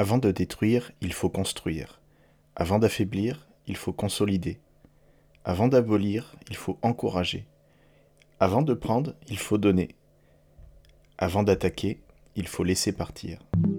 Avant de détruire, il faut construire. Avant d'affaiblir, il faut consolider. Avant d'abolir, il faut encourager. Avant de prendre, il faut donner. Avant d'attaquer, il faut laisser partir.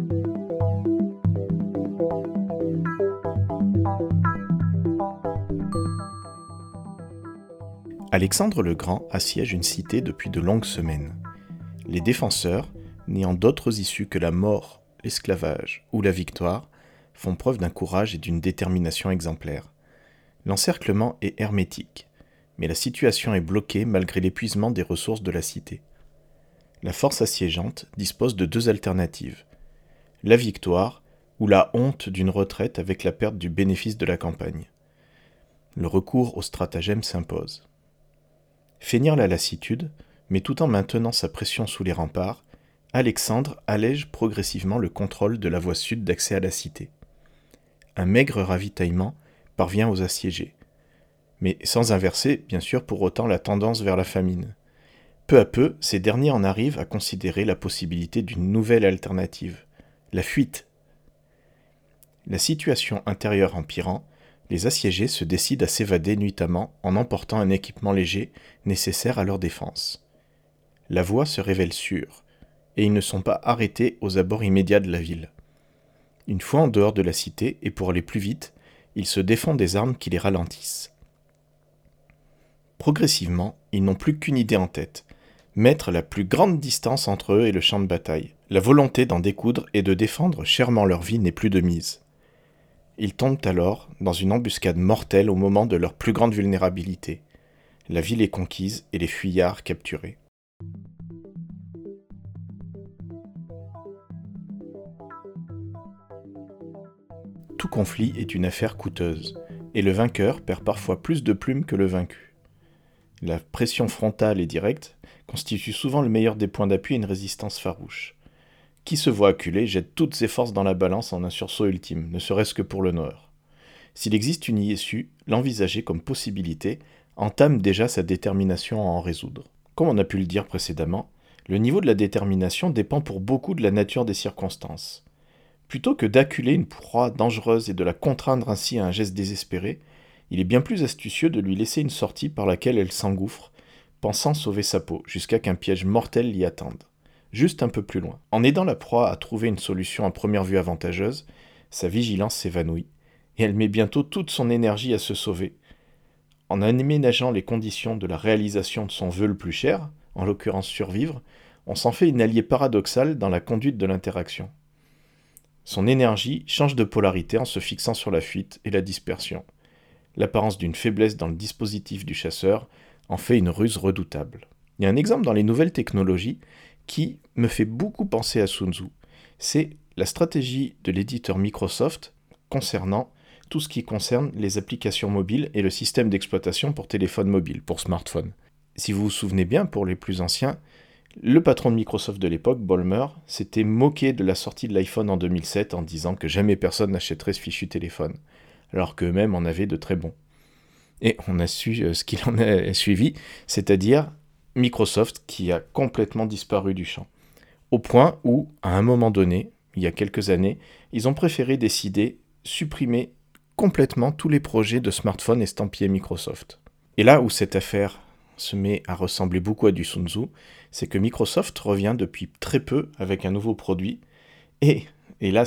Alexandre le Grand assiège une cité depuis de longues semaines. Les défenseurs, n'ayant d'autres issues que la mort, l'esclavage ou la victoire, font preuve d'un courage et d'une détermination exemplaires. L'encerclement est hermétique, mais la situation est bloquée malgré l'épuisement des ressources de la cité. La force assiégeante dispose de deux alternatives. La victoire ou la honte d'une retraite avec la perte du bénéfice de la campagne. Le recours au stratagème s'impose. Feignir la lassitude, mais tout en maintenant sa pression sous les remparts, Alexandre allège progressivement le contrôle de la voie sud d'accès à la cité. Un maigre ravitaillement parvient aux assiégés, mais sans inverser, bien sûr, pour autant la tendance vers la famine. Peu à peu, ces derniers en arrivent à considérer la possibilité d'une nouvelle alternative, la fuite. La situation intérieure empirant, les assiégés se décident à s'évader nuitamment en emportant un équipement léger nécessaire à leur défense. La voie se révèle sûre, et ils ne sont pas arrêtés aux abords immédiats de la ville. Une fois en dehors de la cité, et pour aller plus vite, ils se défendent des armes qui les ralentissent. Progressivement, ils n'ont plus qu'une idée en tête, mettre la plus grande distance entre eux et le champ de bataille. La volonté d'en découdre et de défendre chèrement leur vie n'est plus de mise. Ils tombent alors dans une embuscade mortelle au moment de leur plus grande vulnérabilité. La ville est conquise et les fuyards capturés. Tout conflit est une affaire coûteuse, et le vainqueur perd parfois plus de plumes que le vaincu. La pression frontale et directe constitue souvent le meilleur des points d'appui à une résistance farouche. Qui se voit acculé jette toutes ses forces dans la balance en un sursaut ultime, ne serait-ce que pour l'honneur. S'il existe une issue, l'envisager comme possibilité entame déjà sa détermination à en résoudre. Comme on a pu le dire précédemment, le niveau de la détermination dépend pour beaucoup de la nature des circonstances. Plutôt que d'acculer une proie dangereuse et de la contraindre ainsi à un geste désespéré, il est bien plus astucieux de lui laisser une sortie par laquelle elle s'engouffre, pensant sauver sa peau, jusqu'à qu'un piège mortel l'y attende. Juste un peu plus loin. En aidant la proie à trouver une solution à première vue avantageuse, sa vigilance s'évanouit, et elle met bientôt toute son énergie à se sauver. En aménageant les conditions de la réalisation de son vœu le plus cher, en l'occurrence survivre, on s'en fait une alliée paradoxale dans la conduite de l'interaction. Son énergie change de polarité en se fixant sur la fuite et la dispersion. L'apparence d'une faiblesse dans le dispositif du chasseur en fait une ruse redoutable. Il y a un exemple dans les nouvelles technologies qui me fait beaucoup penser à Sun Tzu. C'est la stratégie de l'éditeur Microsoft concernant tout ce qui concerne les applications mobiles et le système d'exploitation pour téléphone mobile, pour smartphone. Si vous vous souvenez bien, pour les plus anciens, le patron de Microsoft de l'époque, Ballmer, s'était moqué de la sortie de l'iPhone en 2007 en disant que jamais personne n'achèterait ce fichu téléphone, alors qu'eux-mêmes en avaient de très bons. Et on a su ce qu'il en a suivi, c'est-à-dire Microsoft qui a complètement disparu du champ. Au point où, à un moment donné, il y a quelques années, ils ont préféré décider supprimer complètement tous les projets de smartphones estampillés Microsoft. Et là où cette affaire se met à ressembler beaucoup à du Sun Tzu, c'est que Microsoft revient depuis très peu avec un nouveau produit, et là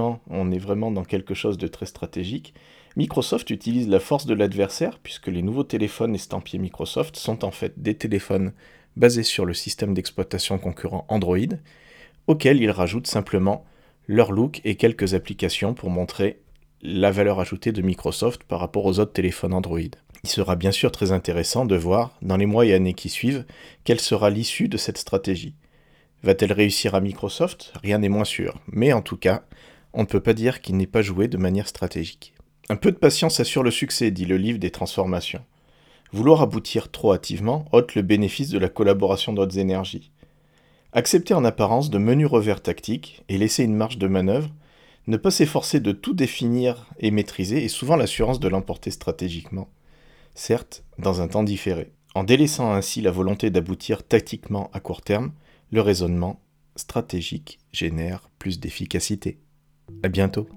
on est vraiment dans quelque chose de très stratégique. Microsoft utilise la force de l'adversaire, puisque les nouveaux téléphones estampillés Microsoft sont en fait des téléphones basés sur le système d'exploitation concurrent Android, auxquels ils rajoutent simplement leur look et quelques applications pour montrer la valeur ajoutée de Microsoft par rapport aux autres téléphones Android. Il sera bien sûr très intéressant de voir, dans les mois et années qui suivent, quelle sera l'issue de cette stratégie. Va-t-elle réussir à Microsoft ? Rien n'est moins sûr, mais en tout cas, on ne peut pas dire qu'il n'est pas joué de manière stratégique. Un peu de patience assure le succès, dit le livre des transformations. Vouloir aboutir trop hâtivement ôte le bénéfice de la collaboration d'autres énergies. Accepter en apparence de menus revers tactiques et laisser une marge de manœuvre, ne pas s'efforcer de tout définir et maîtriser est souvent l'assurance de l'emporter stratégiquement. Certes, dans un temps différé. En délaissant ainsi la volonté d'aboutir tactiquement à court terme, le raisonnement stratégique génère plus d'efficacité. À bientôt.